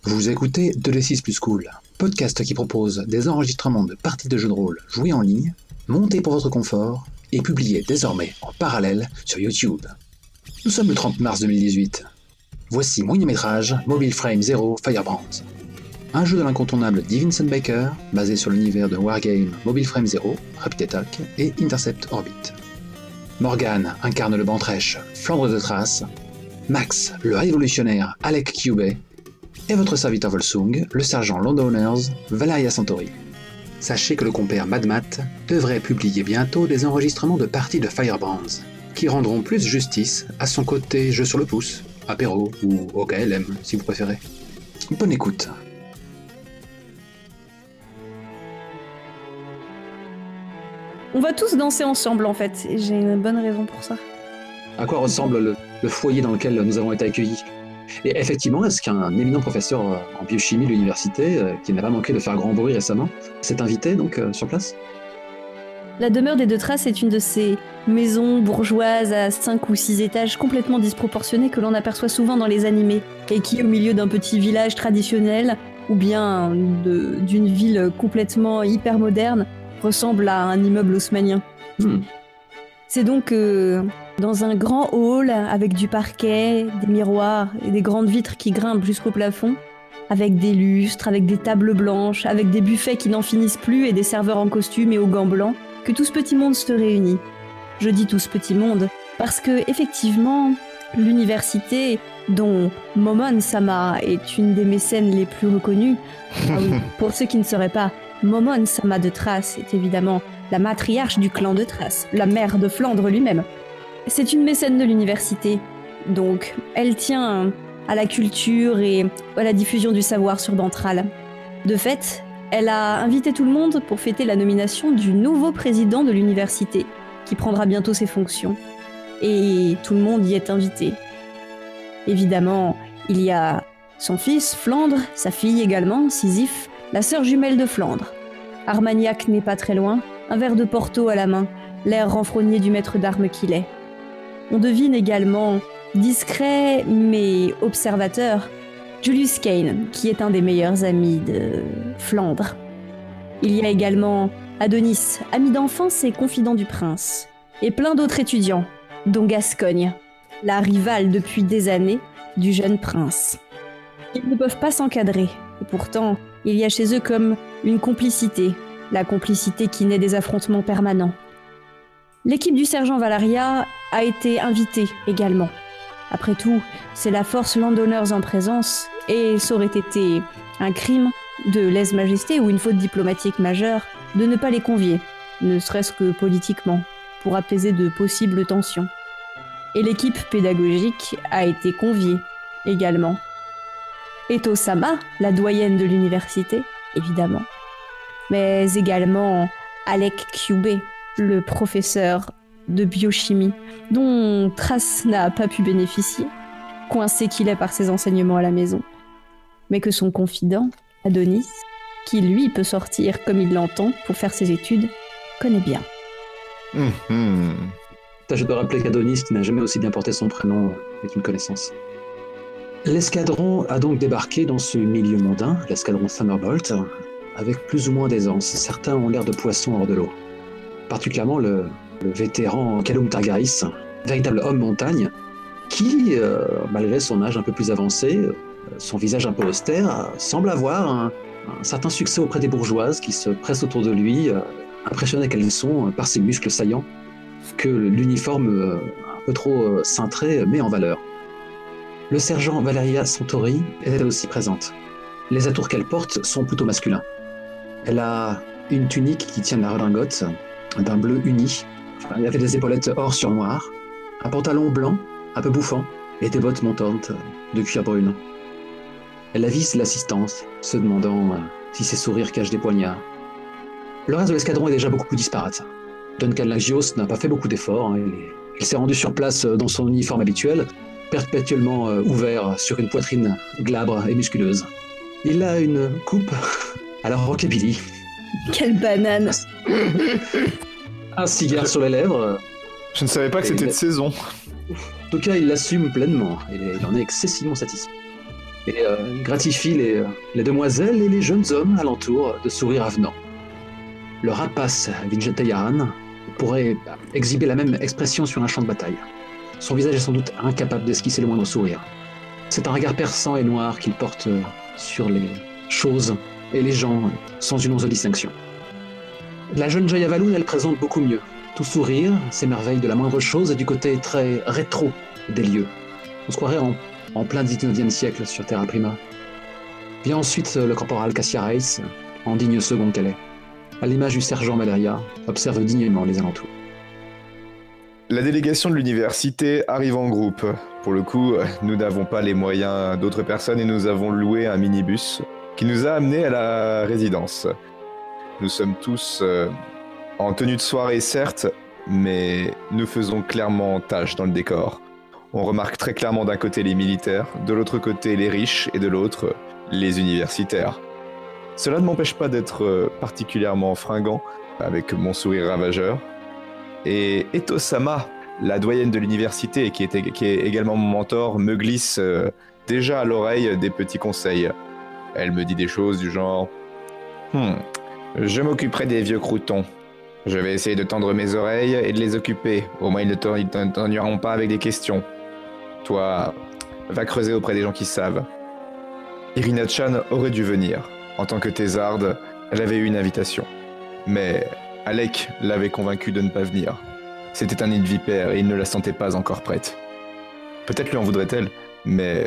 Vous écoutez 2D6 plus Cool, podcast qui propose des enregistrements de parties de jeux de rôle joués en ligne, montés pour votre confort et publiés désormais en parallèle sur YouTube. Nous sommes le 30 mars 2018. Voici mon métrage Mobile Frame Zero Firebrands, un jeu de l'incontournable D. Vincent Baker basé sur l'univers de Wargame Mobile Frame Zero, Rapid Attack et Intercept Orbit. Morgan incarne le bantrèche Flandre de Thrace, Max le révolutionnaire Alec Cubey, et votre serviteur Volsung, le sergent Landowners, Valeria Santori. Sachez que le compère Madmat devrait publier bientôt des enregistrements de parties de Firebrands, qui rendront plus justice à son côté jeu sur le pouce, apéro ou OKLM si vous préférez. Bonne écoute. On va tous danser ensemble en fait, et j'ai une bonne raison pour ça. À quoi ressemble le foyer dans lequel nous avons été accueillis ? Et effectivement, est-ce qu'un éminent professeur en biochimie de l'université, qui n'a pas manqué de faire grand bruit récemment, s'est invité donc sur place ? La demeure des Deux Traces est une de ces maisons bourgeoises à 5 ou 6 étages complètement disproportionnées que l'on aperçoit souvent dans les animés, et qui, au milieu d'un petit village traditionnel, ou bien d'une ville complètement hyper moderne, ressemble à un immeuble haussmannien. C'est donc dans un grand hall avec du parquet, des miroirs et des grandes vitres qui grimpent jusqu'au plafond, avec des lustres, avec des tables blanches, avec des buffets qui n'en finissent plus et des serveurs en costume et aux gants blancs, que tout ce petit monde se réunit. Je dis tout ce petit monde parce que, effectivement, l'université, dont Momon Sama est une des mécènes les plus reconnues, pour ceux qui ne sauraient pas, Momon Sama de Thrace est évidemment la matriarche du clan de Thrace, la mère de Flandre lui-même. C'est une mécène de l'université, donc elle tient à la culture et à la diffusion du savoir sur Dantral. De fait, elle a invité tout le monde pour fêter la nomination du nouveau président de l'université, qui prendra bientôt ses fonctions. Et tout le monde y est invité. Évidemment, il y a son fils, Flandre, sa fille également, Sisyphe, la sœur jumelle de Flandre. Armagnac n'est pas très loin, un verre de Porto à la main, l'air renfrogné du maître d'armes qu'il est. On devine également, discret mais observateur, Julius Kane, qui est un des meilleurs amis de Flandre. Il y a également Adonis, ami d'enfance et confident du prince, et plein d'autres étudiants, dont Gascogne, la rivale depuis des années du jeune prince. Ils ne peuvent pas s'encadrer, et pourtant, il y a chez eux comme une complicité, la complicité qui naît des affrontements permanents. L'équipe du sergent Valeria a été invitée également. Après tout, c'est la force Landowners en présence, et ça aurait été un crime de lèse-majesté ou une faute diplomatique majeure de ne pas les convier, ne serait-ce que politiquement, pour apaiser de possibles tensions. Et l'équipe pédagogique a été conviée également. Eto Sama, la doyenne de l'université, évidemment, mais également Alec Cubey, le professeur de biochimie, dont Thrace n'a pas pu bénéficier, coincé qu'il est par ses enseignements à la maison, mais que son confident, Adonis, qui lui peut sortir comme il l'entend pour faire ses études, connaît bien. Je dois rappeler qu'Adonis, qui n'a jamais aussi bien porté son prénom, est une connaissance. L'escadron a donc débarqué dans ce milieu mondain, l'escadron Thunderbolt, avec plus ou moins d'aisance. Certains ont l'air de poissons hors de l'eau. Particulièrement le vétéran Callum Targaris, véritable homme montagne, qui, malgré son âge un peu plus avancé, son visage un peu austère, semble avoir un certain succès auprès des bourgeoises qui se pressent autour de lui, impressionnées qu'elles sont par ses muscles saillants, que l'uniforme un peu trop cintré met en valeur. Le sergent Valeria Santori est elle aussi présente. Les atours qu'elle porte sont plutôt masculins. Elle a une tunique qui tient de la redingote, d'un bleu uni. Elle avait des épaulettes or sur noir, un pantalon blanc, un peu bouffant, et des bottes montantes de cuir brune. Elle avise l'assistance, se demandant si ses sourires cachent des poignards. Le reste de l'escadron est déjà beaucoup plus disparate. Duncan Lagios n'a pas fait beaucoup d'efforts. Il s'est rendu sur place dans son uniforme habituel, perpétuellement ouvert sur une poitrine glabre et musculeuse. Il a une coupe à la rockabilly. Quelle banane! Un cigare sur les lèvres. Je ne savais pas que c'était de saison. En tout cas, il l'assume pleinement. Il en est excessivement satisfait. et gratifie les demoiselles et les jeunes hommes alentour de sourires avenants. Le rapace Vinjetayaran pourrait exhiber la même expression sur un champ de bataille. Son visage est sans doute incapable d'esquisser le moindre sourire. C'est un regard perçant et noir qu'il porte sur les choses et les gens sans une once de distinction. La jeune Jayavaloon, elle présente beaucoup mieux. Tout sourire, s'émerveille de la moindre chose et du côté très rétro des lieux. On se croirait en plein 19e siècle sur Terra Prima. Vient ensuite le corporal Cassia Reis, en digne second qu'elle est. À l'image du sergent Valeria, observe dignement les alentours. La délégation de l'université arrive en groupe. Pour le coup, nous n'avons pas les moyens d'autres personnes et nous avons loué un minibus qui nous a amenés à la résidence. Nous sommes tous en tenue de soirée, certes, mais nous faisons clairement tache dans le décor. On remarque très clairement d'un côté les militaires, de l'autre côté les riches et de l'autre les universitaires. Cela ne m'empêche pas d'être particulièrement fringant avec mon sourire ravageur. Et Eto-sama, la doyenne de l'université et qui est également mon mentor, me glisse déjà à l'oreille des petits conseils. Elle me dit des choses du genre je m'occuperai des vieux croutons. Je vais essayer de tendre mes oreilles et de les occuper. Au moins ils ne t'ennuieront pas avec des questions. Toi, va creuser auprès des gens qui savent. Irina-chan aurait dû venir. En tant que thésarde, elle avait eu une invitation. Mais Alec l'avait convaincue de ne pas venir. C'était un nid de vipère et il ne la sentait pas encore prête. Peut-être lui en voudrait-elle, mais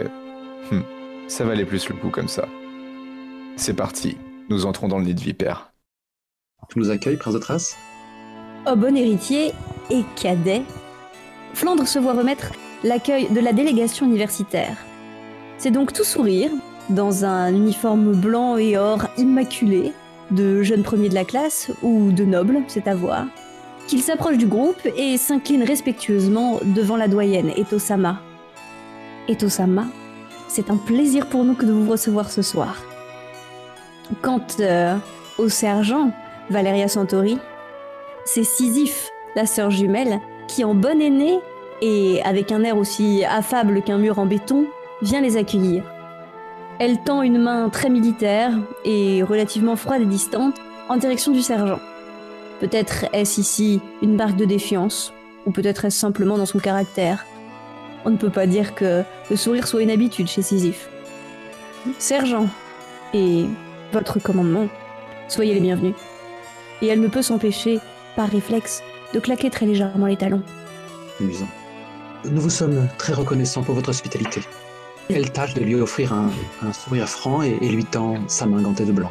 ça valait plus le coup comme ça. C'est parti, nous entrons dans le nid de vipère. Tu nous accueilles, prince de Thrace ? Oh bon héritier et cadet, Flandre se voit remettre l'accueil de la délégation universitaire. C'est donc tout sourire, dans un uniforme blanc et or immaculé, de jeune premier de la classe ou de noble, c'est à voir, qu'il s'approche du groupe et s'incline respectueusement devant la doyenne Eto-sama. Eto-sama, c'est un plaisir pour nous que de vous recevoir ce soir. Quant au sergent Valeria Santori, c'est Sisyphe, la sœur jumelle, qui en bonne aînée et avec un air aussi affable qu'un mur en béton, vient les accueillir. Elle tend une main très militaire et relativement froide et distante en direction du sergent. Peut-être est-ce ici une marque de défiance, ou peut-être est-ce simplement dans son caractère. On ne peut pas dire que le sourire soit une habitude chez Sisyphe. Sergent, et votre commandement, soyez les bienvenus. Et elle ne peut s'empêcher, par réflexe, de claquer très légèrement les talons. Amusant. Nous vous sommes très reconnaissants pour votre hospitalité. Elle tâche de lui offrir un sourire franc et lui tend sa main gantée de blanc.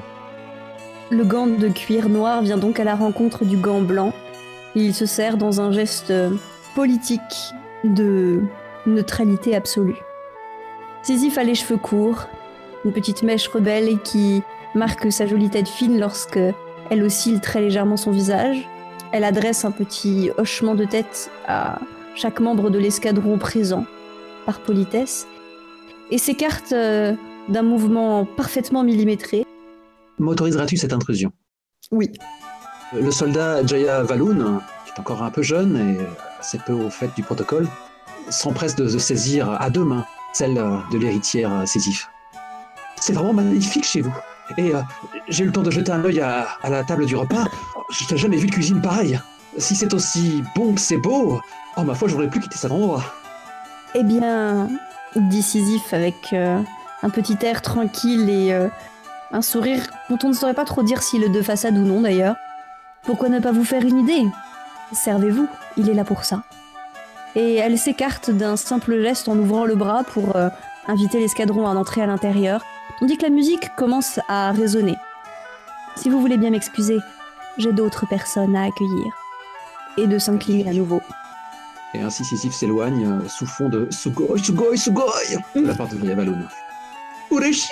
Le gant de cuir noir vient donc à la rencontre du gant blanc. Il se serre dans un geste politique de neutralité absolue. Sisyphe a les cheveux courts, une petite mèche rebelle qui marque sa jolie tête fine lorsque elle oscille très légèrement son visage. Elle adresse un petit hochement de tête à chaque membre de l'escadron présent, par politesse, et s'écarte d'un mouvement parfaitement millimétré. M'autoriseras-tu cette intrusion ? Oui. Le soldat Jayavaloon, qui est encore un peu jeune et assez peu au fait du protocole, s'empresse de saisir à deux mains celle de l'héritière Sisyphe. C'est vraiment magnifique chez vous. Et j'ai eu le temps de jeter un œil à la table du repas. Je n'ai jamais vu de cuisine pareille. Si c'est aussi bon que c'est beau, oh ma foi, je voudrais plus quitter cet endroit. Eh bien, dit Sisyphe avec un petit air tranquille et un sourire dont on ne saurait pas trop dire s'il est de façade ou non d'ailleurs. Pourquoi ne pas vous faire une idée ? Servez-vous, il est là pour ça. Et elle s'écarte d'un simple geste en ouvrant le bras pour inviter l'escadron à entrer à l'intérieur, tandis que la musique commence à résonner. Si vous voulez bien m'excuser, j'ai d'autres personnes à accueillir. Et de s'incliner à nouveau. Et ainsi Sisyphe s'éloigne sous fond de Sugoi, Sugoi, Sugoi de la part de Jayavaloon. Ureshi!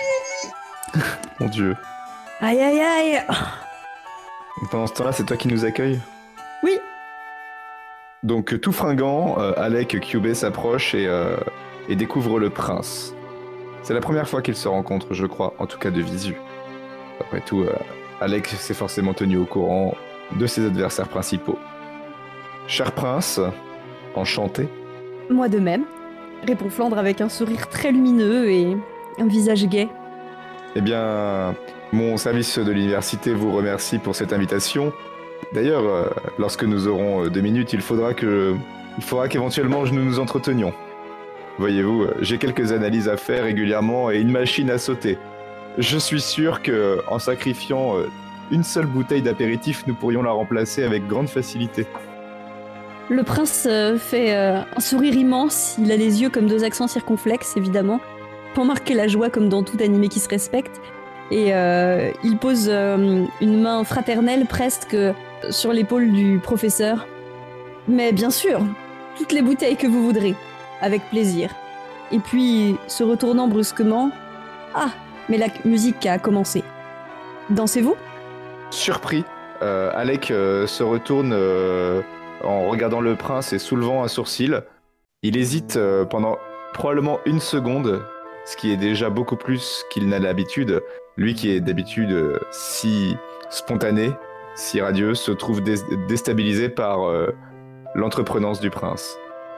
Mon Dieu. Aïe aïe aïe! Pendant ce temps-là, c'est toi qui nous accueilles ? Oui! Donc, tout fringant, Alec Kyubey s'approche et découvre le prince. C'est la première fois qu'ils se rencontrent, je crois, en tout cas de visu. Après tout, Alec s'est forcément tenu au courant de ses adversaires principaux. Cher prince, enchanté. Moi de même, répond Flandre avec un sourire très lumineux et un visage gai. Eh bien, mon service de l'université vous remercie pour cette invitation. D'ailleurs, lorsque nous aurons 2 minutes, il faudra qu'éventuellement nous nous entretenions. Voyez-vous, j'ai quelques analyses à faire régulièrement et une machine à sauter. Je suis sûr que, en sacrifiant une seule bouteille d'apéritif, nous pourrions la remplacer avec grande facilité. Le prince fait un sourire immense, il a les yeux comme 2 accents circonflexes, évidemment, pour marquer la joie comme dans tout animé qui se respecte. Et il pose une main fraternelle presque sur l'épaule du professeur. Mais bien sûr, toutes les bouteilles que vous voudrez, avec plaisir. Et puis, se retournant brusquement, ah, mais la musique a commencé. Dansez-vous ? Surpris, Alec se retourne en regardant le prince et soulevant un sourcil. Il hésite pendant probablement 1 seconde, ce qui est déjà beaucoup plus qu'il n'a l'habitude. Lui qui est d'habitude si spontané, si radieux, se trouve déstabilisé par l'entreprenance du prince.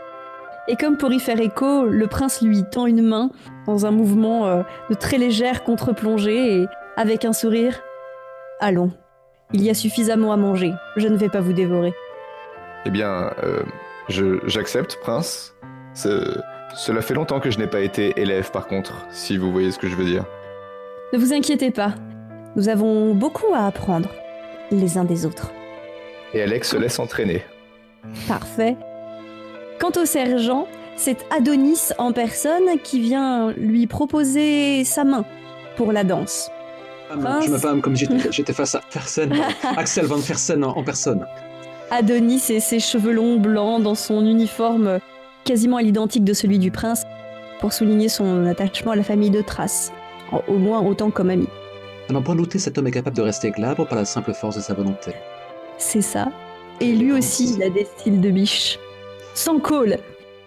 Et comme pour y faire écho, le prince lui tend une main dans un mouvement de très légère contre-plongée et avec un sourire « Allons, il y a suffisamment à manger, je ne vais pas vous dévorer. » Eh bien, j'accepte, prince. Cela fait longtemps que je n'ai pas été élève, par contre, si vous voyez ce que je veux dire. Ne vous inquiétez pas, nous avons beaucoup à apprendre, les uns des autres. Et Alex se laisse entraîner. Parfait. Quant au sergent, c'est Adonis en personne qui vient lui proposer sa main pour la danse. Je me parle comme j'étais face à Fersen, Axel Van Fersen en personne. Adonis et ses cheveux longs blancs dans son uniforme quasiment à l'identique de celui du prince pour souligner son attachement à la famille de Thrace, au moins autant comme ami. À n'en point douter, cet homme est capable de rester glabre par la simple force de sa volonté. C'est ça. Et lui aussi, il a des styles de biche. Sans call.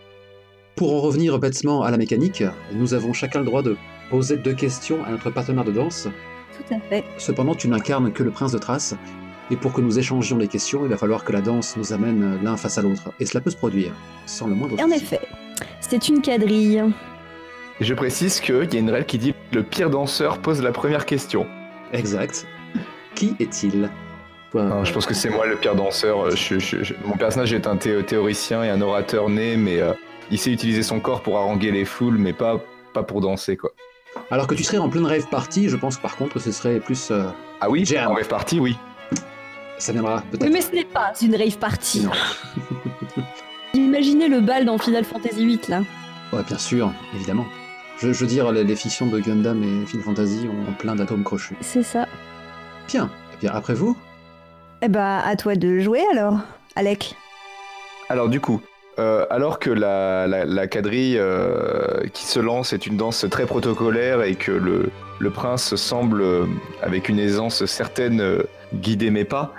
Pour en revenir bêtement à la mécanique, nous avons chacun le droit de poser 2 questions à notre partenaire de danse. Tout à fait. Cependant, tu n'incarnes que le prince de Thrace, et pour que nous échangions les questions, il va falloir que la danse nous amène l'un face à l'autre. Et cela peut se produire, sans le moindre souci. En effet, c'est une quadrille. Et je précise qu'il y a une règle qui dit que le pire danseur pose la première question. Exact. Qui est-il ? Non, je pense que c'est moi le pire danseur. Mon personnage est un théoricien et un orateur né, mais il sait utiliser son corps pour haranguer les foules, mais pas pour danser, quoi. Alors que tu serais en pleine rave party, je pense que par contre ce serait plus... Ah oui, jam. En rave party, oui. Ça viendra peut-être. Oui, mais ce n'est pas une rave party. Non. Imaginez le bal dans Final Fantasy VIII, là. Ouais, bien sûr, évidemment. Je veux dire, les fictions de Gundam et Final Fantasy ont plein d'atomes crochus. C'est ça. Bien. Eh bien, après vous ? Eh bah, à toi de jouer alors, Alec. Alors du coup, alors que la quadrille qui se lance est une danse très protocolaire et que le prince semble, avec une aisance certaine, guider mes pas,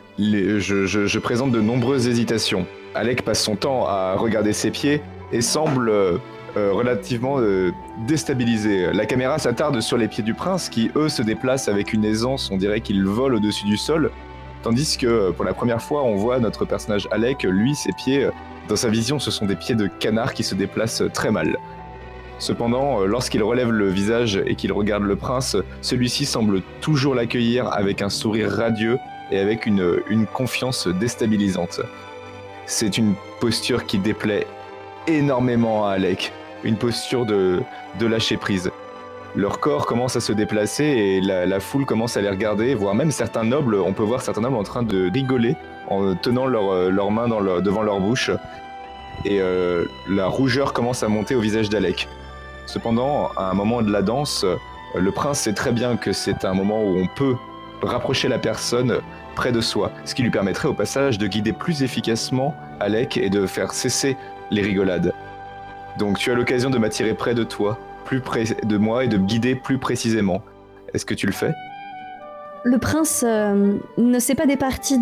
je présente de nombreuses hésitations. Alec passe son temps à regarder ses pieds et semble relativement déstabilisé. La caméra s'attarde sur les pieds du prince qui, eux, se déplacent avec une aisance, on dirait qu'ils volent au-dessus du sol, tandis que pour la première fois, on voit notre personnage Alec, lui, ses pieds, dans sa vision, ce sont des pieds de canard qui se déplacent très mal. Cependant, lorsqu'il relève le visage et qu'il regarde le prince, celui-ci semble toujours l'accueillir avec un sourire radieux et avec une confiance déstabilisante. C'est une posture qui déplaît énormément à Alec, une posture de lâcher prise. Leur corps commence à se déplacer et la foule commence à les regarder, voire même certains nobles, on peut voir certains nobles en train de rigoler en tenant leurs mains devant leur bouche. Et la rougeur commence à monter au visage d'Alec. Cependant, à un moment de la danse, le prince sait très bien que c'est un moment où on peut rapprocher la personne près de soi, ce qui lui permettrait au passage de guider plus efficacement Alec et de faire cesser les rigolades. Donc tu as l'occasion de m'attirer près de toi, plus près de moi et de me guider plus précisément. Est-ce que tu le fais ? Le prince ne s'est pas départi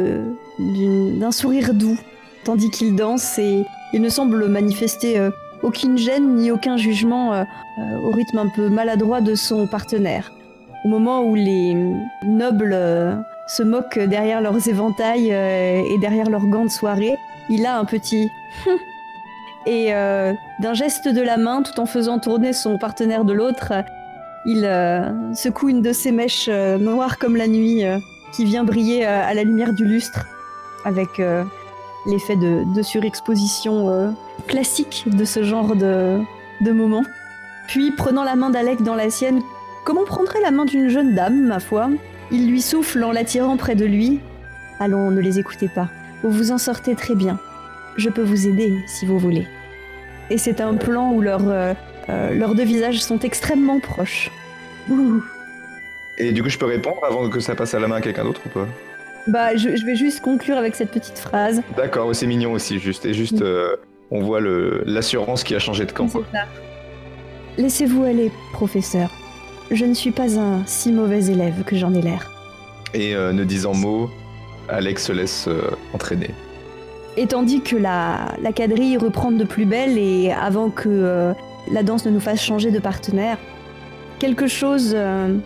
d'un sourire doux, tandis qu'il danse et il ne semble manifester aucune gêne ni aucun jugement au rythme un peu maladroit de son partenaire. Au moment où les nobles se moquent derrière leurs éventails et derrière leurs gants de soirée, il a un petit Et d'un geste de la main, tout en faisant tourner son partenaire de l'autre, il secoue une de ses mèches noires comme la nuit qui vient briller à la lumière du lustre avec l'effet de surexposition classique de ce genre de moment. Puis, prenant la main d'Alec dans la sienne, comme on prendrait la main d'une jeune dame, ma foi, il lui souffle en l'attirant près de lui. « Allons, ne les écoutez pas. Vous vous en sortez très bien. Je peux vous aider, si vous voulez. » Et c'est un plan où leurs deux visages sont extrêmement proches. Ouh. Et du coup, je peux répondre avant que ça passe à la main à quelqu'un d'autre ou pas? Bah, je vais juste conclure avec cette petite phrase. D'accord, c'est mignon aussi, juste. Et juste, on voit l'assurance qui a changé de camp. C'est ça. Laissez-vous aller, professeur. Je ne suis pas un si mauvais élève que j'en ai l'air. Et ne disant mot, Alex se laisse entraîner. Et tandis que la quadrille reprend de plus belle et avant que la danse ne nous fasse changer de partenaire, quelque chose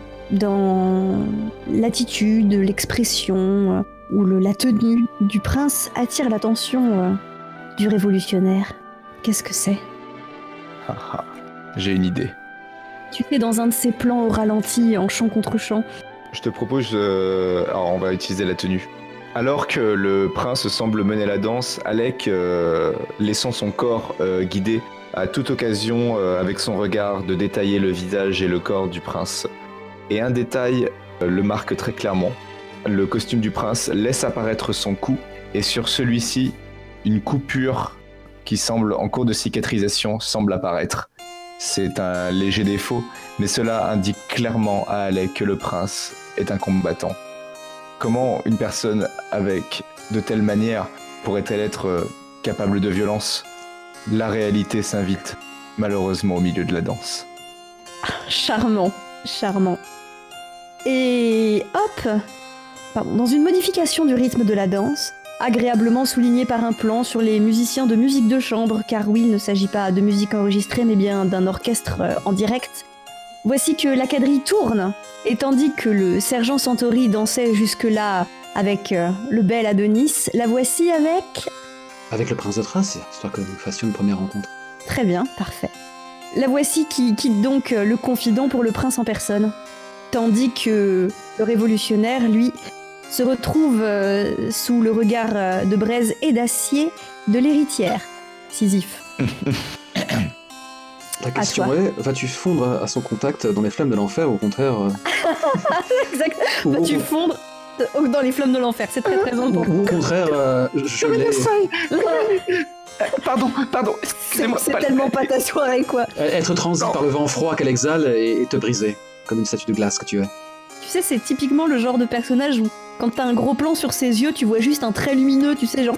dans l'attitude, l'expression ou la tenue du prince attire l'attention du révolutionnaire. Qu'est-ce que c'est ? J'ai une idée. Tu fais dans un de ces plans au ralenti, en chant contre chant. Je te propose... alors, on va utiliser la tenue. Alors que le prince semble mener la danse, Alec, laissant son corps guider, à toute occasion, avec son regard, de détailler le visage et le corps du prince. Et un détail le marque très clairement. Le costume du prince laisse apparaître son cou, et sur celui-ci, une coupure qui semble en cours de cicatrisation semble apparaître. C'est un léger défaut, mais cela indique clairement à Alec que le prince est un combattant. Comment une personne avec de telles manières pourrait-elle être capable de violence ? La réalité s'invite malheureusement au milieu de la danse. Charmant, charmant. Et hop, dans une modification du rythme de la danse, agréablement soulignée par un plan sur les musiciens de musique de chambre, car oui, il ne s'agit pas de musique enregistrée, mais bien d'un orchestre en direct. Voici que la quadrille tourne, et tandis que le sergent Centauri dansait jusque-là avec le bel Adonis, la voici avec... Avec le prince de Thrace, histoire que nous fassions une première rencontre. Très bien, parfait. La voici qui quitte donc le confident pour le prince en personne, tandis que le révolutionnaire, lui, se retrouve sous le regard de braise et d'acier de l'héritière, Sisyphe. La question est, vas-tu fondre à son contact dans les flammes de l'enfer ou au contraire... Exact. Vas-tu fondre dans les flammes de l'enfer, c'est très très important. Ou au contraire, je l'ai... Pardon, excusez-moi. C'est tellement pas ta soirée, quoi. Être transi par le vent froid qu'elle exhale et te briser, comme une statue de glace que tu es. Tu sais, c'est typiquement le genre de personnage où, quand t'as un gros plan sur ses yeux, tu vois juste un trait lumineux, tu sais, genre...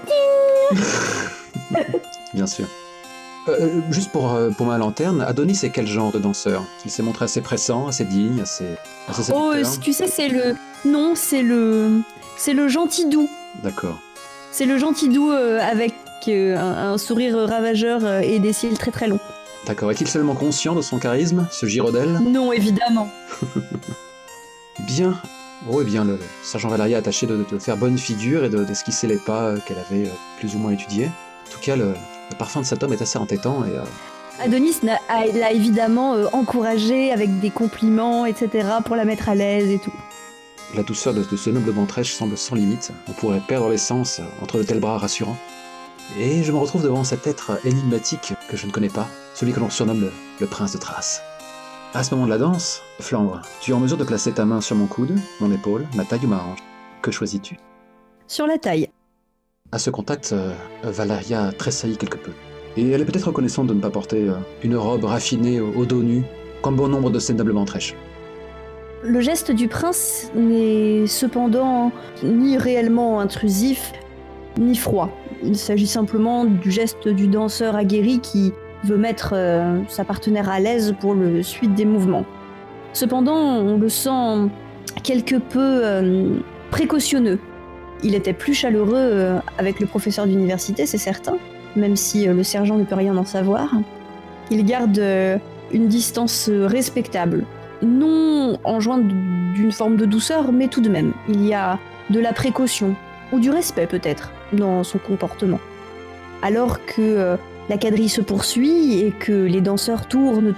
Bien sûr. Juste pour ma lanterne, Adonis est quel genre de danseur ? Il s'est montré assez pressant, assez digne, assez séducteur. Oh, tu sais, c'est le... Non, c'est le gentil doux. D'accord. C'est le gentil doux avec un sourire ravageur et des cils très très longs. D'accord. Est-il seulement conscient de son charisme, ce Girodel ? Non, évidemment. Bien. Oh, eh bien, le sergent Valeria a tâché de faire bonne figure et d'esquisser les pas qu'elle avait plus ou moins étudiés. En tout cas, le parfum de cet homme est assez entêtant et... Adonis l'a évidemment encouragée avec des compliments, etc., pour la mettre à l'aise et tout. La douceur de ce noble ventrèche semble sans limite. On pourrait perdre l'essence entre de tels bras rassurants. Et je me retrouve devant cet être énigmatique que je ne connais pas, celui que l'on surnomme le prince de Thrace. À ce moment de la danse, Flandre, tu es en mesure de placer ta main sur mon coude, mon épaule, ma taille ou ma hanche. Que choisis-tu ? Sur la taille. À ce contact, Valeria tressaillit quelque peu. Et elle est peut-être reconnaissante de ne pas porter une robe raffinée au dos nu, comme bon nombre de ces nobles ventrèches. Le geste du prince n'est cependant ni réellement intrusif, ni froid. Il s'agit simplement du geste du danseur aguerri qui veut mettre sa partenaire à l'aise pour le suite des mouvements. Cependant, on le sent quelque peu précautionneux. Il était plus chaleureux avec le professeur d'université, c'est certain, même si le sergent ne peut rien en savoir. Il garde une distance respectable. Non enjointe d'une forme de douceur, mais tout de même. Il y a de la précaution, ou du respect peut-être, dans son comportement. Alors que la quadrille se poursuit et que les danseurs tournent.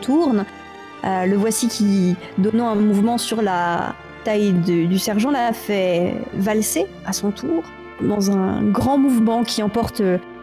Le voici qui, donnant un mouvement sur la taille du sergent, l'a fait valser à son tour dans un grand mouvement qui emporte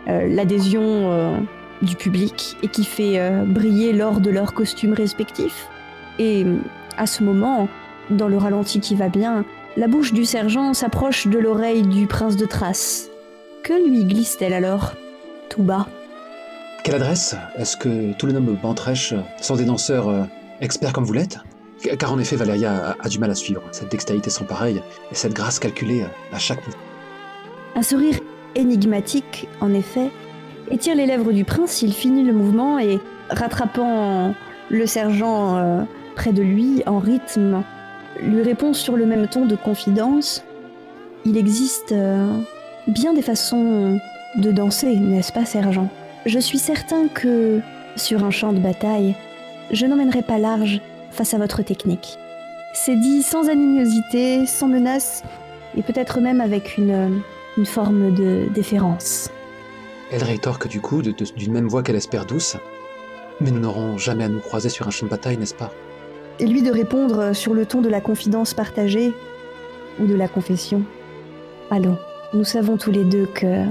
l'adhésion du public et qui fait briller l'or de leurs costumes respectifs. Et à ce moment, dans le ralenti qui va bien, la bouche du sergent s'approche de l'oreille du prince de Thrace. Que lui glisse-t-elle alors, tout bas? Quelle adresse? Est-ce que tous les nobles Bantrèche sont des danseurs experts comme vous l'êtes? Car en effet, Valeria a du mal à suivre cette dextérité sans pareille et cette grâce calculée à chaque mouvement. Un sourire énigmatique, en effet, étire les lèvres du prince. Il finit le mouvement et, rattrapant le sergent près de lui en rythme, lui répond sur le même ton de confidence. Il existe bien des façons de danser, n'est-ce pas, sergent? Je suis certain que, sur un champ de bataille, je n'emmènerai pas large face à votre technique. C'est dit sans animosité, sans menace, et peut-être même avec une forme de déférence. Elle rétorque du coup, d'une même voix qu'elle espère douce. Mais nous n'aurons jamais à nous croiser sur un champ de bataille, n'est-ce pas? Et lui de répondre sur le ton de la confidence partagée, ou de la confession. Allons, nous savons tous les deux que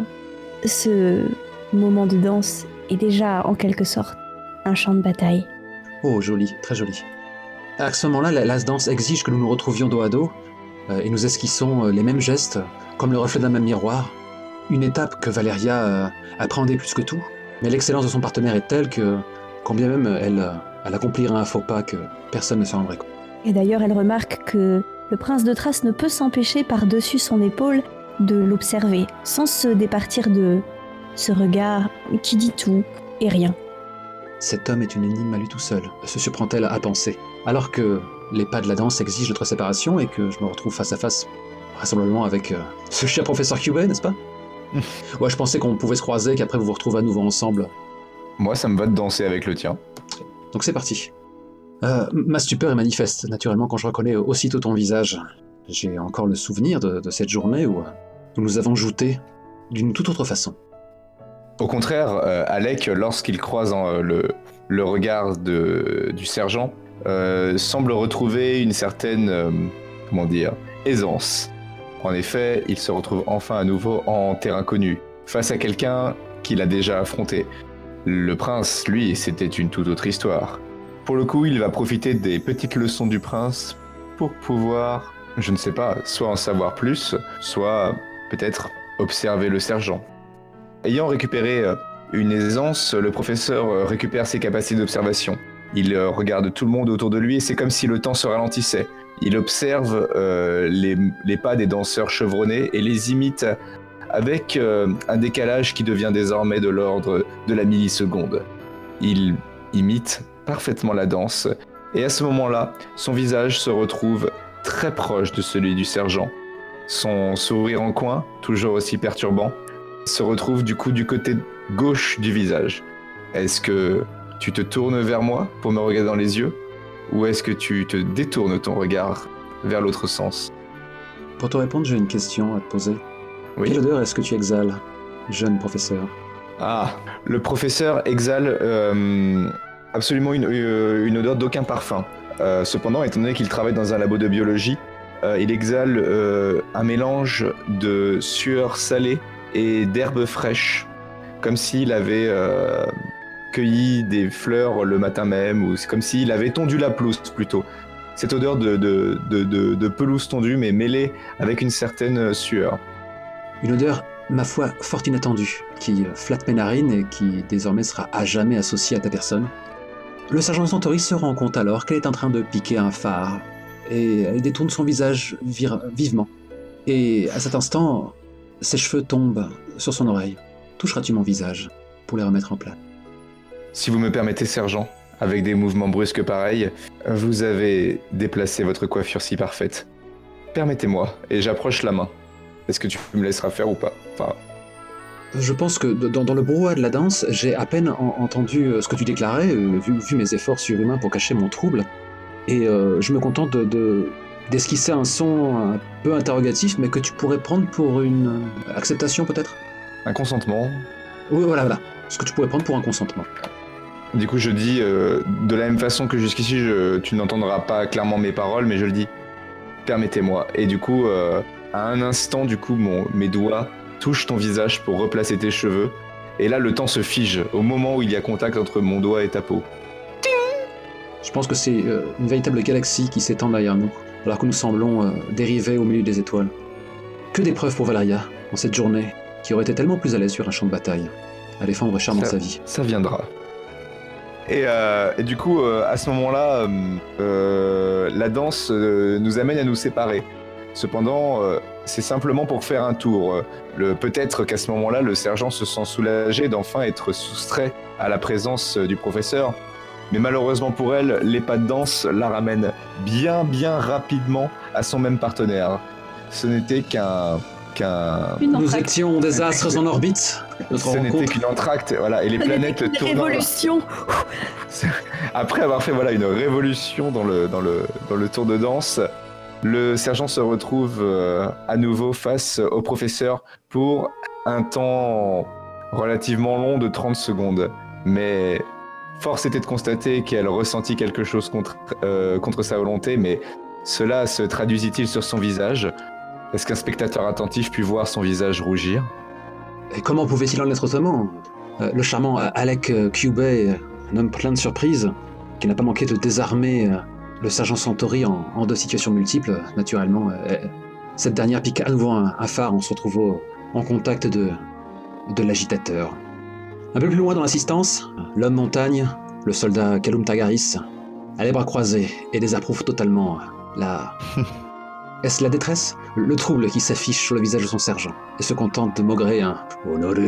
ce moment de danse est déjà, en quelque sorte, un champ de bataille. Oh, joli, très joli. À ce moment-là, la danse exige que nous nous retrouvions dos à dos, et nous esquissons les mêmes gestes, comme le reflet d'un même miroir. Une étape que Valeria appréhendait plus que tout, mais l'excellence de son partenaire est telle que, quand bien même elle accomplirait un faux pas, que personne ne s'en rendrait compte. Et d'ailleurs, elle remarque que le prince de Thrace ne peut s'empêcher par-dessus son épaule de l'observer, sans se départir de ce regard qui dit tout et rien. Cet homme est une énigme à lui tout seul, se surprend-elle à penser. Alors que les pas de la danse exigent notre séparation et que je me retrouve face à face, vraisemblablement avec ce cher professeur Cubey, n'est-ce pas? Ouais, je pensais qu'on pouvait se croiser, qu'après vous vous retrouvez à nouveau ensemble. Moi, ça me va de danser avec le tien. Donc c'est parti. Ma stupeur est manifeste, naturellement, quand je reconnais aussitôt ton visage. J'ai encore le souvenir de cette journée où nous avons jouté d'une toute autre façon. Au contraire, Alec, lorsqu'il croise le regard du sergent, semble retrouver une certaine, aisance. En effet, il se retrouve enfin à nouveau en terrain connu, face à quelqu'un qu'il a déjà affronté. Le prince, lui, c'était une toute autre histoire. Pour le coup, il va profiter des petites leçons du prince pour pouvoir, je ne sais pas, soit en savoir plus, soit peut-être observer le sergent. Ayant récupéré une aisance, le professeur récupère ses capacités d'observation. Il regarde tout le monde autour de lui et c'est comme si le temps se ralentissait. Il observe les pas des danseurs chevronnés et les imite avec un décalage qui devient désormais de l'ordre de la milliseconde. Il imite parfaitement la danse et à ce moment-là, son visage se retrouve très proche de celui du sergent. Son sourire en coin, toujours aussi perturbant, se retrouve du coup du côté gauche du visage. Est-ce que tu te tournes vers moi pour me regarder dans les yeux ou est-ce que tu te détournes ton regard vers l'autre sens? Pour te répondre, j'ai une question à te poser. Oui. Quelle odeur est-ce que tu exhales, jeune professeur? Ah, le professeur exhale absolument une odeur d'aucun parfum. Cependant, étant donné qu'il travaille dans un labo de biologie, il exhale un mélange de sueur salée et d'herbes fraîches, comme s'il avait cueilli des fleurs le matin même, ou c'est comme s'il avait tondu la pelouse plutôt. Cette odeur de pelouse tondue, mais mêlée avec une certaine sueur. Une odeur, ma foi, fort inattendue, qui flatte mes narines et qui désormais sera à jamais associée à ta personne. Le sergent Santori se rend compte alors qu'elle est en train de piquer un phare, et elle détourne son visage vivement. Et à cet instant, ses cheveux tombent sur son oreille. Toucheras-tu mon visage pour les remettre en place? Si vous me permettez, sergent, avec des mouvements brusques pareils, vous avez déplacé votre coiffure si parfaite. Permettez-moi, et j'approche la main. Est-ce que tu me laisseras faire ou pas? Enfin... Je pense que dans le brouhaha de la danse, j'ai à peine entendu ce que tu déclarais, vu mes efforts surhumains pour cacher mon trouble, et je me contente d'esquisser un son un peu interrogatif, mais que tu pourrais prendre pour une acceptation peut-être? Un consentement? Oui, voilà. Ce que tu pourrais prendre pour un consentement. Du coup, je dis, de la même façon que jusqu'ici, tu n'entendras pas clairement mes paroles, mais je le dis, permettez-moi. Et du coup, à un instant, du coup, mes doigts touchent ton visage pour replacer tes cheveux. Et là, le temps se fige au moment où il y a contact entre mon doigt et ta peau. Je pense que c'est une véritable galaxie qui s'étend derrière nous, alors que nous semblons dériver au milieu des étoiles. Que d'épreuves pour Valeria, en cette journée, qui aurait été tellement plus à l'aise sur un champ de bataille, à défendre charmant sa vie. Ça viendra. Et du coup, à ce moment-là, la danse nous amène à nous séparer. Cependant, c'est simplement pour faire un tour. Peut-être qu'à ce moment-là, le sergent se sent soulagé d'enfin être soustrait à la présence du professeur. Mais malheureusement pour elle, les pas de danse la ramènent bien rapidement à son même partenaire. Ce n'était Nous étions des astres en orbite. Ce n'était qu'une entracte, voilà, et les planètes tournant. Révolution. Après avoir fait une révolution dans le tour de danse, le sergent se retrouve à nouveau face au professeur pour un temps relativement long de 30 secondes. Mais force était de constater qu'elle ressentit quelque chose contre sa volonté, mais cela se traduisit-il sur son visage ? Est-ce qu'un spectateur attentif put voir son visage rougir ? Et comment pouvait-il en être autrement ? Le charmant Alec Cubey, un homme plein de surprises, qui n'a pas manqué de désarmer le sergent Centauri en deux situations multiples, naturellement. Cette dernière pique à nouveau un phare en se retrouvant en contact de l'agitateur. Un peu plus loin dans l'assistance, l'homme montagne, le soldat Kalum Tagaris, a les bras croisés et désapprouve totalement la... Est-ce la détresse ? Le trouble qui s'affiche sur le visage de son sergent, et se contente de maugrer un « Honoré ».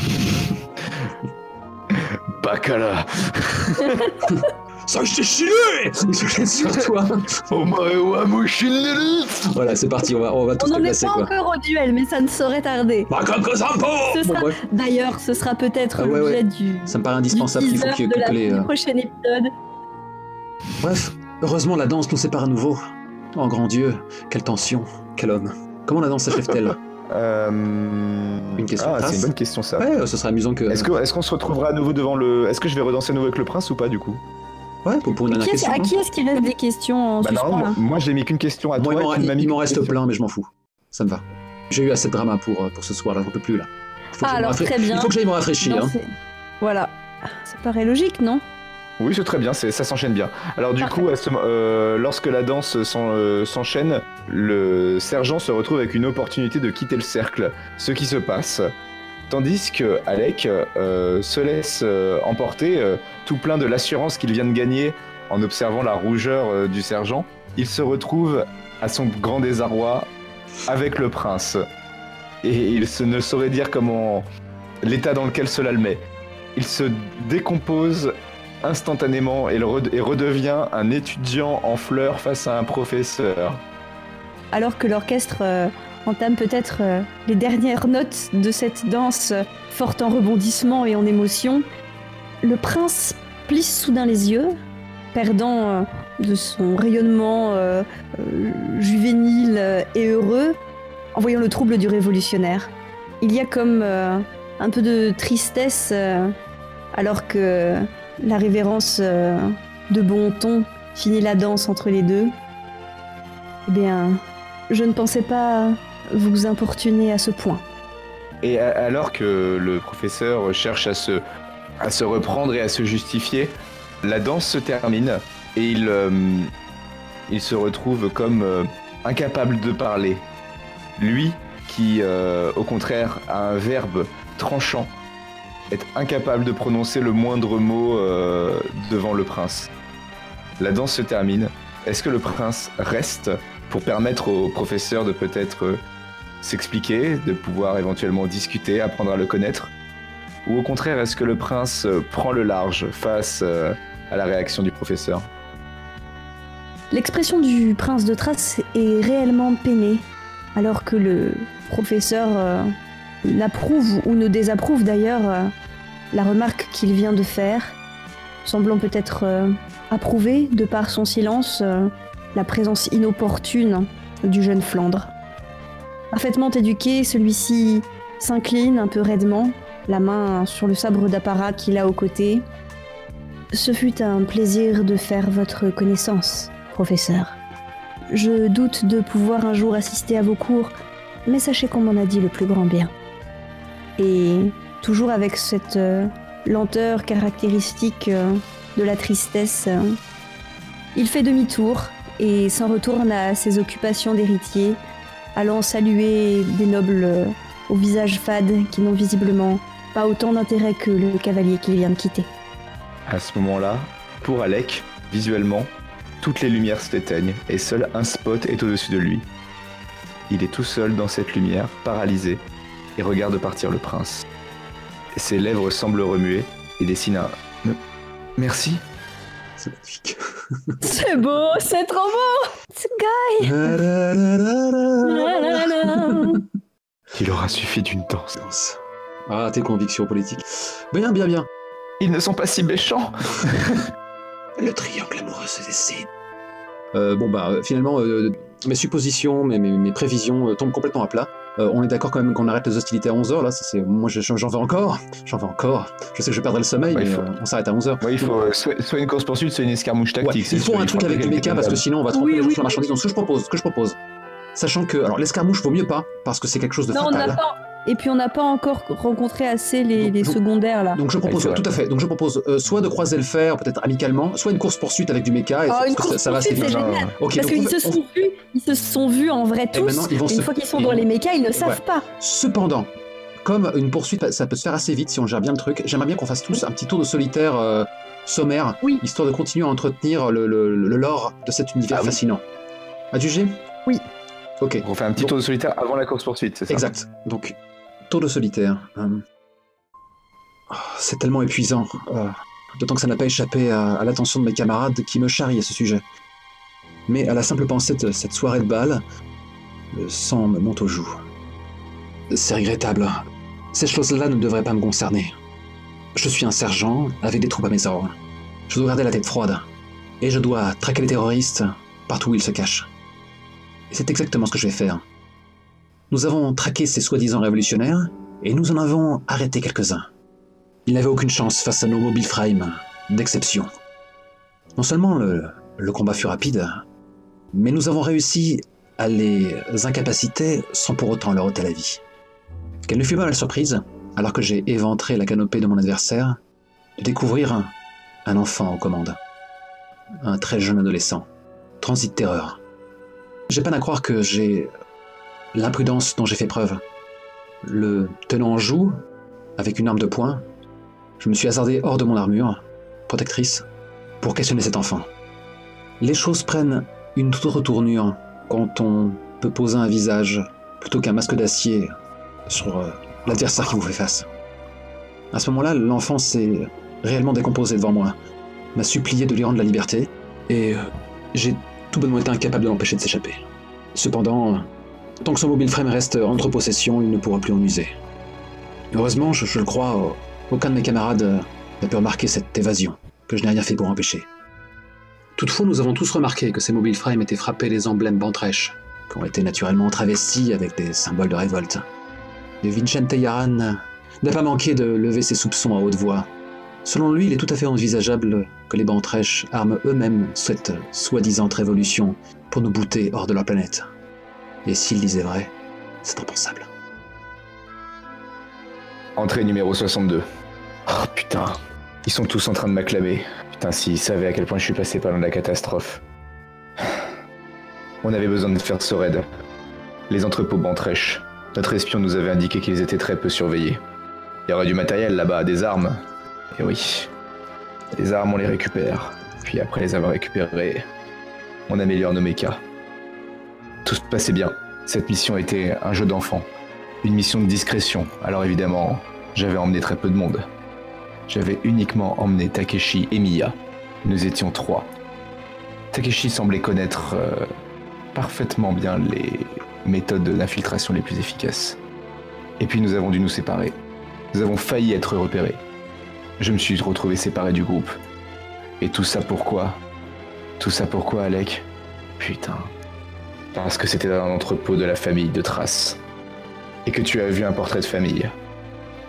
Bacala. Ça, je t'ai chillé. Il se jette sur toi. Voilà, c'est parti, on va tout on n'en est déplacer, pas quoi. encore au duel, mais ça ne saurait tarder. D'ailleurs, ce sera peut-être l'objet du. Ça me paraît indispensable, il faut que les. Du prochain épisode. Bref, heureusement la danse nous sépare à nouveau. Oh grand Dieu, quelle tension, quel homme. Comment la danse s'achève-t-elle ? Une question. Ah, c'est une bonne question ça. Ouais, ce serait amusant que. Est-ce qu'on se retrouvera à nouveau devant le. Est-ce que je vais redanser à nouveau avec le prince ou pas du coup ? Ouais, pour une dernière question. À qui est-ce qu'il reste des questions en suspens là ? Moi je n'ai mis qu'une question à toi. Il m'en reste plein, mais je m'en fous. Ça me va. J'ai eu assez de drama pour ce soir, là, j'en peux plus là. Très bien. Il faut que j'aille me rafraîchir. Non, voilà. Ça paraît logique, non ? Oui, c'est très bien, ça s'enchaîne bien. Alors du coup, lorsque la danse s'enchaîne, le sergent se retrouve avec une opportunité de quitter le cercle, ce qui se passe. Tandis que Alec se laisse emporter, tout plein de l'assurance qu'il vient de gagner en observant la rougeur du sergent. Il se retrouve, à son grand désarroi, avec le prince. Et il ne saurait dire comment l'état dans lequel cela le met. Il se décompose instantanément et redevient un étudiant en fleurs face à un professeur. Alors que l'orchestre entame peut-être les dernières notes de cette danse forte en rebondissements et en émotions, le prince plisse soudain les yeux, perdant de son rayonnement juvénile et heureux, en voyant le trouble du révolutionnaire. Il y a comme un peu de tristesse alors que la révérence de bon ton finit la danse entre les deux. Eh bien, je ne pensais pas vous importuner à ce point. Et alors que le professeur cherche à se reprendre et à se justifier, la danse se termine et il se retrouve comme incapable de parler. Lui qui, au contraire, a un verbe tranchant, est incapable de prononcer le moindre mot devant le prince. La danse se termine. Est-ce que le prince reste pour permettre au professeur de peut-être s'expliquer, de pouvoir éventuellement discuter, apprendre à le connaître ? Ou au contraire, est-ce que le prince prend le large face à la réaction du professeur ? L'expression du prince de Thrace est réellement peinée, alors que le professeur n'approuve ou ne désapprouve d'ailleurs la remarque qu'il vient de faire, semblant peut-être approuver, de par son silence, la présence inopportune du jeune Flandre. Parfaitement éduqué, celui-ci s'incline un peu raidement, la main sur le sabre d'apparat qu'il a au côté. « Ce fut un plaisir de faire votre connaissance, professeur. Je doute de pouvoir un jour assister à vos cours, mais sachez qu'on m'en a dit le plus grand bien. » Et toujours avec cette lenteur caractéristique de la tristesse, il fait demi-tour et s'en retourne à ses occupations d'héritier, allant saluer des nobles au visage fade qui n'ont visiblement pas autant d'intérêt que le cavalier qu'il vient de quitter. À ce moment-là, pour Alec, visuellement, toutes les lumières s'éteignent et seul un spot est au-dessus de lui. Il est tout seul dans cette lumière, paralysé, et regarde partir le prince. Ses lèvres semblent remuer et dessinent un « Merci ». C'est magnifique. C'est beau, c'est trop beau. Ce guy. Il aura suffi d'une danse. Ah, tes convictions politiques. Bien, bien, bien. Ils ne sont pas si méchants. Le triangle amoureux se dessine. Finalement, mes suppositions, mes prévisions tombent complètement à plat. On est d'accord quand même qu'on arrête les hostilités à 11h, là, moi j'en veux encore. Je sais que je perdrai le sommeil, on s'arrête à 11h. Ouais, il faut soit une course-poursuite, soit une escarmouche tactique. Il faut un truc avec les mechas, parce que sinon on va tromper les gens sur la marchandise. Donc ce que je propose, sachant que, alors l'escarmouche vaut mieux pas, parce que c'est quelque chose de fatal. Et puis on n'a pas encore rencontré assez les secondaires là. Donc je propose, tout à fait. Donc je propose soit de croiser le fer, peut-être amicalement, soit une course poursuite avec du méca. Une course poursuite, c'est génial. Okay, parce qu'ils se sont vus en vrai tous. Une fois qu'ils sont dans les mécas, ils ne savent pas. Cependant, comme une poursuite, ça peut se faire assez vite si on gère bien le truc. J'aimerais bien qu'on fasse tous un petit tour de solitaire sommaire, histoire de continuer à entretenir le lore de cet univers fascinant. As-tu Oui. Ok. On fait un petit tour de solitaire avant la course poursuite, c'est ça? Exact. Donc. Tour de solitaire. C'est tellement épuisant. D'autant que ça n'a pas échappé à l'attention de mes camarades qui me charrient à ce sujet. Mais à la simple pensée de cette soirée de bal, le sang me monte aux joues. C'est regrettable. Ces choses-là ne devraient pas me concerner. Je suis un sergent avec des troupes à mes ordres. Je dois garder la tête froide. Et je dois traquer les terroristes partout où ils se cachent. Et c'est exactement ce que je vais faire. Nous avons traqué ces soi-disant révolutionnaires, et nous en avons arrêté quelques-uns. Ils n'avaient aucune chance face à nos mobile frames d'exception. Non seulement le combat fut rapide, mais nous avons réussi à les incapaciter sans pour autant leur ôter la vie. Quelle ne fut pas la surprise, alors que j'ai éventré la canopée de mon adversaire, de découvrir un enfant aux commandes. Un très jeune adolescent, transi de terreur. J'ai peine à croire que j'ai l'imprudence dont j'ai fait preuve. Le tenant en joue, avec une arme de poing, je me suis hasardé hors de mon armure, protectrice, pour questionner cet enfant. Les choses prennent une toute autre tournure quand on peut poser un visage plutôt qu'un masque d'acier sur l'adversaire qui vous fait face. À ce moment-là, l'enfant s'est réellement décomposé devant moi, m'a supplié de lui rendre la liberté, et j'ai tout bonnement été incapable de l'empêcher de s'échapper. Cependant, tant que son mobile frame reste entre possession, il ne pourra plus en user. Heureusement, je le crois, aucun de mes camarades n'a pu remarquer cette évasion, que je n'ai rien fait pour empêcher. Toutefois, nous avons tous remarqué que ces mobile frames étaient frappés des emblèmes Bantrèche, qui ont été naturellement travestis avec des symboles de révolte. Et Vincente Yaran n'a pas manqué de lever ses soupçons à haute voix. Selon lui, il est tout à fait envisageable que les Bantrèche arment eux-mêmes cette soi-disant révolution pour nous bouter hors de leur planète. Et s'il disait vrai, c'est impensable. Entrée numéro 62. Oh putain, ils sont tous en train de m'acclamer. Putain, s'ils savaient à quel point je suis passé par la catastrophe. On avait besoin de faire ce raid. Les entrepôts Bantrèche. Notre espion nous avait indiqué qu'ils étaient très peu surveillés. Il y aurait du matériel là-bas, des armes. Et oui, les armes on les récupère. Puis après les avoir récupérées, on améliore nos mechas. Tout se passait bien. Cette mission était un jeu d'enfant. Une mission de discrétion. Alors évidemment, j'avais emmené très peu de monde. J'avais uniquement emmené Takeshi et Miya. Nous étions 3. Takeshi semblait connaître parfaitement bien les méthodes d'infiltration les plus efficaces. Et puis nous avons dû nous séparer. Nous avons failli être repérés. Je me suis retrouvé séparé du groupe. Et tout ça pourquoi ? Tout ça pourquoi, Alec ? Putain. Parce que c'était dans un entrepôt de la famille de Thrace. Et que tu as vu un portrait de famille.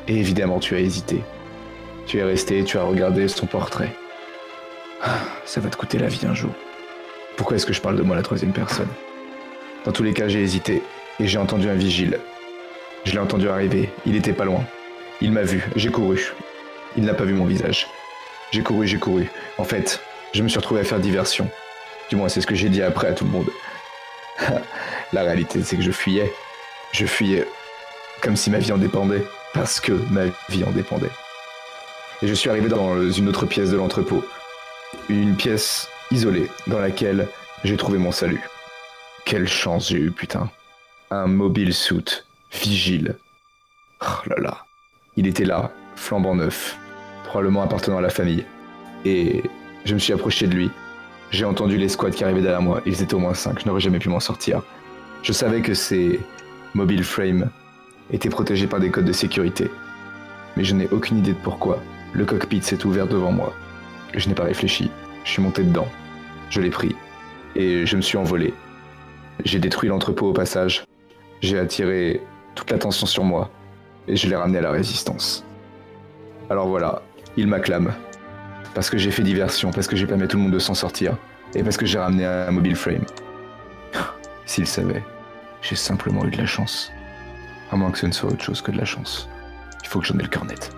Et évidemment, tu as hésité. Tu es resté, tu as regardé son portrait. Ça va te coûter la vie un jour. Pourquoi est-ce que je parle de moi à la troisième personne? Dans tous les cas, j'ai hésité et j'ai entendu un vigile. Je l'ai entendu arriver, il était pas loin. Il m'a vu, j'ai couru. Il n'a pas vu mon visage. J'ai couru. En fait, je me suis retrouvé à faire diversion. Du moins, c'est ce que j'ai dit après à tout le monde. La réalité, c'est que je fuyais. Je fuyais comme si ma vie en dépendait, parce que ma vie en dépendait. Et je suis arrivé dans une autre pièce de l'entrepôt. Une pièce isolée dans laquelle j'ai trouvé mon salut. Quelle chance j'ai eu, putain. Un mobile suit, vigile. Oh là là. Il était là, flambant neuf, probablement appartenant à la famille. Et je me suis approché de lui. J'ai entendu les squads qui arrivaient derrière moi. Ils étaient au moins 5, je n'aurais jamais pu m'en sortir. Je savais que ces mobile frames étaient protégés par des codes de sécurité. Mais je n'ai aucune idée de pourquoi. Le cockpit s'est ouvert devant moi. Je n'ai pas réfléchi. Je suis monté dedans. Je l'ai pris. Et je me suis envolé. J'ai détruit l'entrepôt au passage. J'ai attiré toute l'attention sur moi. Et je l'ai ramené à la résistance. Alors voilà, il m'acclame. Parce que j'ai fait diversion, parce que j'ai permis à tout le monde de s'en sortir. Et parce que j'ai ramené un mobile frame. S'il savait, j'ai simplement eu de la chance. À moins que ce ne soit autre chose que de la chance. Il faut que j'en ai le cœur net.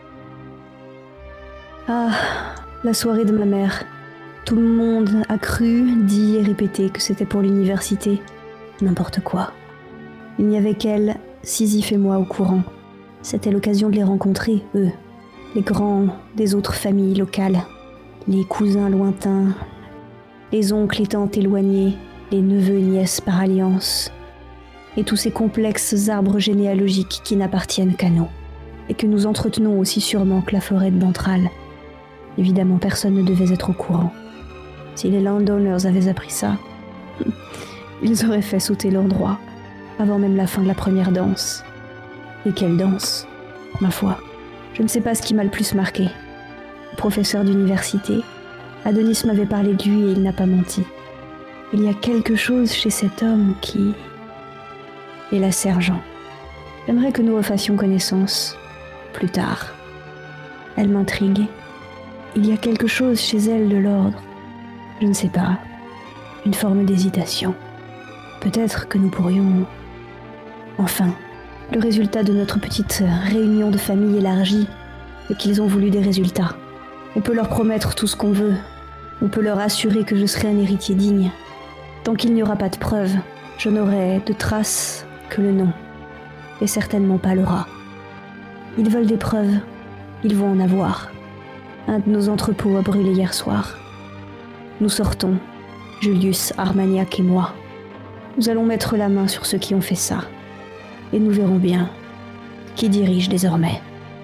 Ah, la soirée de ma mère. Tout le monde a cru, dit et répété que c'était pour l'université. N'importe quoi. Il n'y avait qu'elle, Sisyphe et moi au courant. C'était l'occasion de les rencontrer, eux. Les grands des autres familles locales. Les cousins lointains. Les oncles et tantes éloignés. Les neveux et nièces par alliance. Et tous ces complexes arbres généalogiques qui n'appartiennent qu'à nous. Et que nous entretenons aussi sûrement que la forêt de Bantral. Évidemment, personne ne devait être au courant. Si les landowners avaient appris ça, ils auraient fait sauter leurs droits, avant même la fin de la première danse. Et quelle danse, ma foi. Je ne sais pas ce qui m'a le plus marqué. Le professeur d'université, Adonis m'avait parlé de lui et il n'a pas menti. Il y a quelque chose chez cet homme qui... Et la sergent. J'aimerais que nous refassions connaissance, plus tard. Elle m'intrigue. Il y a quelque chose chez elle de l'ordre. Je ne sais pas. Une forme d'hésitation. Peut-être que nous pourrions... Enfin, le résultat de notre petite réunion de famille élargie, c'est qu'ils ont voulu des résultats. On peut leur promettre tout ce qu'on veut. On peut leur assurer que je serai un héritier digne. Tant qu'il n'y aura pas de preuves, je n'aurai de traces que le nom. Et certainement pas le rat. Ils veulent des preuves. Ils vont en avoir. Un de nos entrepôts a brûlé hier soir. Nous sortons, Julius, Armagnac et moi. Nous allons mettre la main sur ceux qui ont fait ça. Et nous verrons bien qui dirige désormais.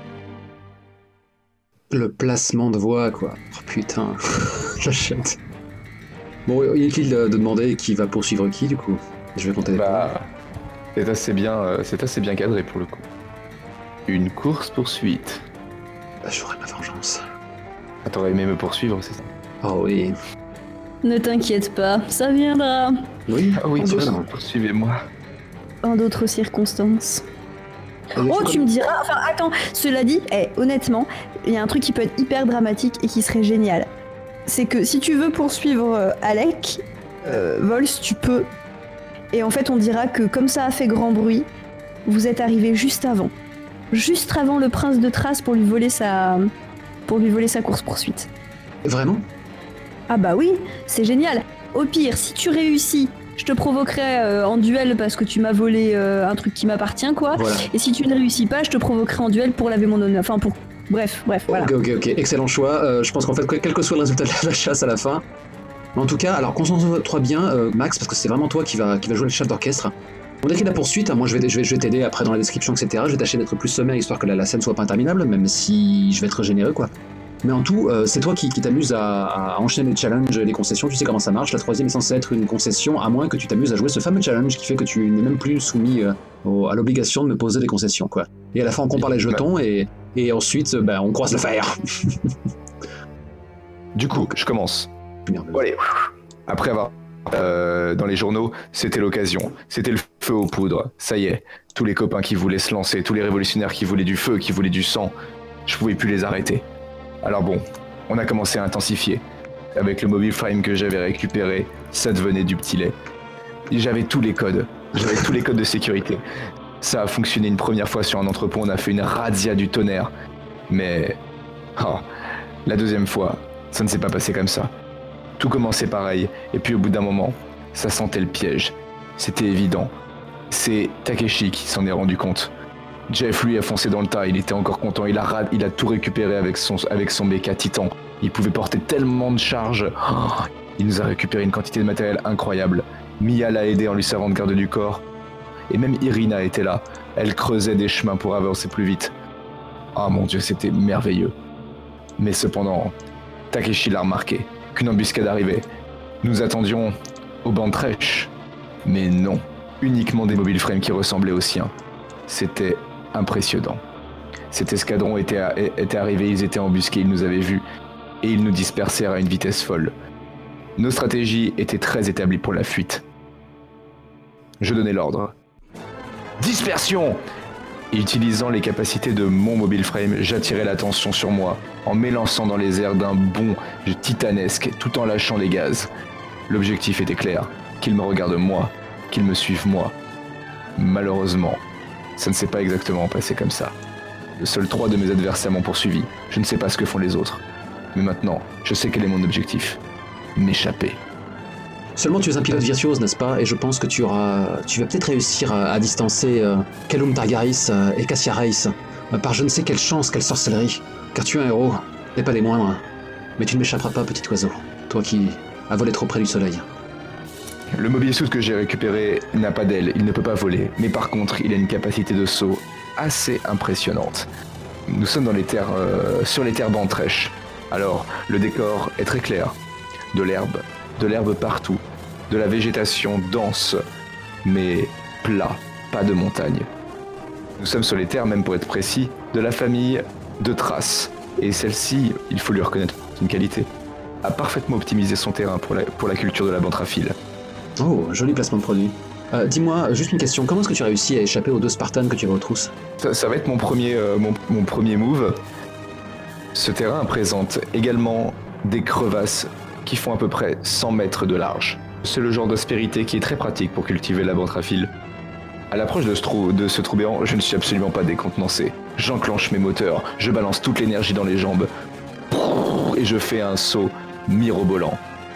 Le placement de voix, quoi. Oh putain, j'achète. Bon, inutile de demander qui va poursuivre qui, du coup. Je vais compter les points. C'est assez bien cadré pour le coup. Une course-poursuite. Bah, j'aurai ma vengeance. Ah, t'aurais aimé me poursuivre, c'est ça? Oh oui. Ne t'inquiète pas, ça viendra. Oui, Ah oui, poursuivez-moi. En d'autres circonstances. Oh, tu me diras... Enfin, attends, cela dit, honnêtement, il y a un truc qui peut être hyper dramatique et qui serait génial. C'est que si tu veux poursuivre Alec, Vols, tu peux. Et en fait, on dira que comme ça a fait grand bruit, vous êtes arrivé juste avant. Juste avant le prince de Thrace pour lui voler sa course-poursuite. Vraiment? Ah bah oui, c'est génial. Au pire, si tu réussis, je te provoquerai en duel parce que tu m'as volé un truc qui m'appartient, quoi. Voilà. Et si tu ne réussis pas, je te provoquerai en duel pour laver mon honneur. Enfin, pour... Bref, voilà. Ok. Excellent choix. Je pense qu'en fait, quel que soit le résultat de la chasse à la fin... En tout cas, alors concentre-toi bien, Max, parce que c'est vraiment toi qui va jouer le chef d'orchestre. On décrit la poursuite, moi je vais t'aider après dans la description, etc. Je vais tâcher d'être plus sommaire, histoire que la scène soit pas interminable, même si je vais être généreux, quoi. Mais en tout, c'est toi qui t'amuses à enchaîner les challenges et les concessions, tu sais comment ça marche. La troisième est censée être une concession, à moins que tu t'amuses à jouer ce fameux challenge qui fait que tu n'es même plus soumis à l'obligation de me poser des concessions, quoi. Et à la fin, on compare les jetons et ensuite, on croise le fer. Du coup, je commence. Bon, allez. Après avoir dans les journaux, c'était l'occasion, c'était le feu aux poudres, ça y est, Tous les copains qui voulaient se lancer, tous les révolutionnaires qui voulaient du feu, qui voulaient du sang, je pouvais plus les arrêter. Alors bon, on a commencé à intensifier. Avec le mobile frame que j'avais récupéré, ça devenait du petit lait. J'avais tous les codes de sécurité. Ça a fonctionné une première fois sur un entrepôt, on a fait une razzia du tonnerre. Mais la deuxième fois, ça ne s'est pas passé comme ça. Tout commençait pareil, et puis au bout d'un moment, ça sentait le piège. C'était évident. C'est Takeshi qui s'en est rendu compte. Jeff, lui, a foncé dans le tas, il était encore content, il a tout récupéré avec son mecha titan. Il pouvait porter tellement de charges. Il nous a récupéré une quantité de matériel incroyable. Mia l'a aidé en lui servant de garde du corps. Et même Irina était là. Elle creusait des chemins pour avancer plus vite. Ah mon Dieu, c'était merveilleux. Mais cependant, Takeshi l'a remarqué, qu'une embuscade arrivait. Nous attendions au banc de Trèche. Mais non, uniquement des mobile frames qui ressemblaient aux siens. C'était impressionnant. Cet escadron était arrivé, ils étaient embusqués, ils nous avaient vus. Et ils nous dispersèrent à une vitesse folle. Nos stratégies étaient très établies pour la fuite. Je donnai l'ordre. Dispersion! Et utilisant les capacités de mon mobile frame, j'attirais l'attention sur moi, en m'élançant dans les airs d'un bond titanesque, tout en lâchant des gaz. L'objectif était clair, qu'ils me regardent moi, qu'ils me suivent moi. Malheureusement, ça ne s'est pas exactement passé comme ça. Seuls 3 de mes adversaires m'ont poursuivi. Je ne sais pas ce que font les autres. Mais maintenant, je sais quel est mon objectif. M'échapper. Seulement tu es un pilote virtuose, n'est-ce pas? Et je pense que tu vas peut-être réussir à distancer Callum Targaris et Cassia Race par je ne sais quelle chance, quelle sorcellerie. Car tu es un héros, et pas des moindres. Mais tu ne m'échapperas pas, petit oiseau. Toi qui as volé trop près du soleil. Le mobile suit que j'ai récupéré n'a pas d'aile, il ne peut pas voler. Mais par contre, il a une capacité de saut assez impressionnante. Nous sommes dans les terres, sur les terres bantrèches. Alors, le décor est très clair. De l'herbe partout, de la végétation dense, mais plat, pas de montagne. Nous sommes sur les terres, même pour être précis, de la famille de Thrace. Et celle-ci, il faut lui reconnaître une qualité, a parfaitement optimisé son terrain pour la culture de la bantraphile. Oh, joli placement de produit. Dis-moi, juste une question, comment est-ce que tu as réussi à échapper aux 2 Spartans que tu avais aux trousses? Ça va être mon premier move. Ce terrain présente également des crevasses qui font à peu près 100 mètres de large. C'est le genre d'aspérité qui est très pratique pour cultiver la bantraphile. À l'approche de ce trou béant, je ne suis absolument pas décontenancé. J'enclenche mes moteurs, je balance toute l'énergie dans les jambes, et je fais un saut mirobolant.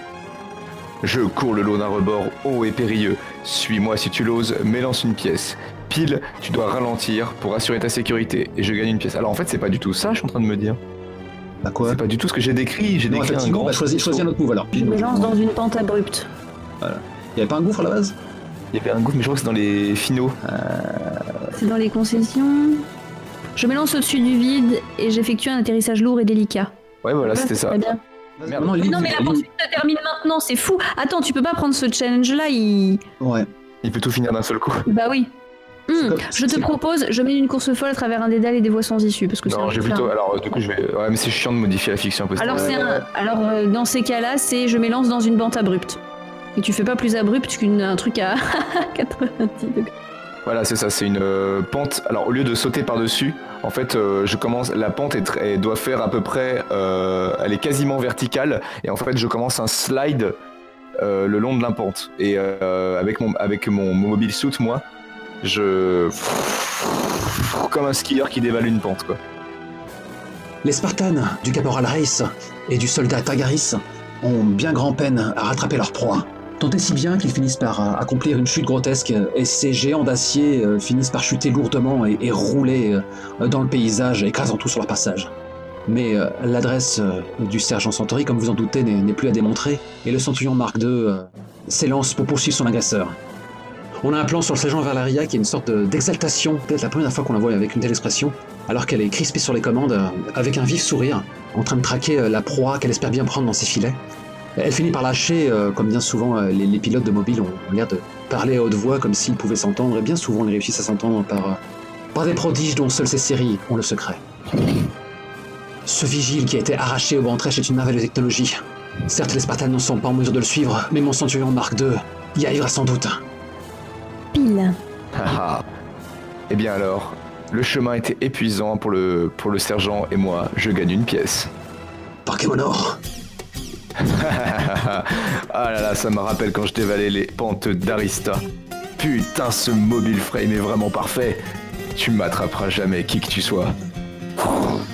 Je cours le long d'un rebord haut et périlleux. Suis-moi si tu l'oses, m'élance une pièce. Pile, tu dois ralentir pour assurer ta sécurité, et je gagne une pièce. Alors en fait, c'est pas du tout ça, je suis en train de me dire. Bah quoi? C'est pas du tout ce que j'ai décrit, j'ai décrit un grand... choisis un autre move alors. Je me lance dans une pente abrupte. Voilà. Il y avait pas un gouffre à la base? Il y avait un gouffre, mais je crois que c'est dans les finaux. C'est dans les concessions. Je me lance au-dessus du vide et j'effectue un atterrissage lourd et délicat. Ouais, voilà, c'était ça. Très bien. Merde. Non, mais la poursuite se termine maintenant, c'est fou. Attends, tu peux pas prendre ce challenge-là, Ouais. Il peut tout finir d'un seul coup. Bah oui. Je te propose, je mène une course folle à travers un dédale et des voies sans issue. Parce que non, j'ai plutôt... Alors, du coup, je vais... Ouais, mais c'est chiant de modifier la fiction un peu. Alors, dans ces cas-là, c'est je m'élance dans une pente abrupte. Et tu fais pas plus abrupt qu'un truc à 90 degrés. Voilà, c'est ça, c'est une pente. Alors, au lieu de sauter par-dessus, en fait, je commence... La pente elle doit faire à peu près... elle est quasiment verticale. Et en fait, je commence un slide le long de la pente. Et avec mon mobile suit, moi, comme un skieur qui dévale une pente, quoi. Les Spartans du caporal Race et du soldat Targaris ont bien grand-peine à rattraper leur proie. Tant et si bien qu'ils finissent par accomplir une chute grotesque et ces géants d'acier finissent par chuter lourdement et rouler dans le paysage, écrasant tout sur leur passage. Mais l'adresse du sergent Centauri, comme vous en doutez, n'est plus à démontrer, et le Centurion Mark II s'élance pour poursuivre son agresseur. On a un plan sur le sergent Valeria qui est une sorte d'exaltation, peut-être la première fois qu'on la voit avec une telle expression, alors qu'elle est crispée sur les commandes, avec un vif sourire, en train de traquer la proie qu'elle espère bien prendre dans ses filets. Elle finit par lâcher, comme bien souvent les pilotes de mobile ont l'air de parler à haute voix comme s'ils pouvaient s'entendre, et bien souvent ils réussissent à s'entendre par des prodiges dont seules ces séries ont le secret. Ce vigile qui a été arraché au banc-trèche est une merveilleuse technologie. Certes, les Spartans ne sont pas en mesure de le suivre, mais mon Centurion Mark II y arrivera sans doute. Pile. Eh bien alors, le chemin était épuisant pour le sergent et moi, je gagne une pièce. Parkemonor. Ah là là, ça me rappelle quand je dévalais les pentes d'Arista. Putain, ce mobile frame est vraiment parfait. Tu m'attraperas jamais, qui que tu sois.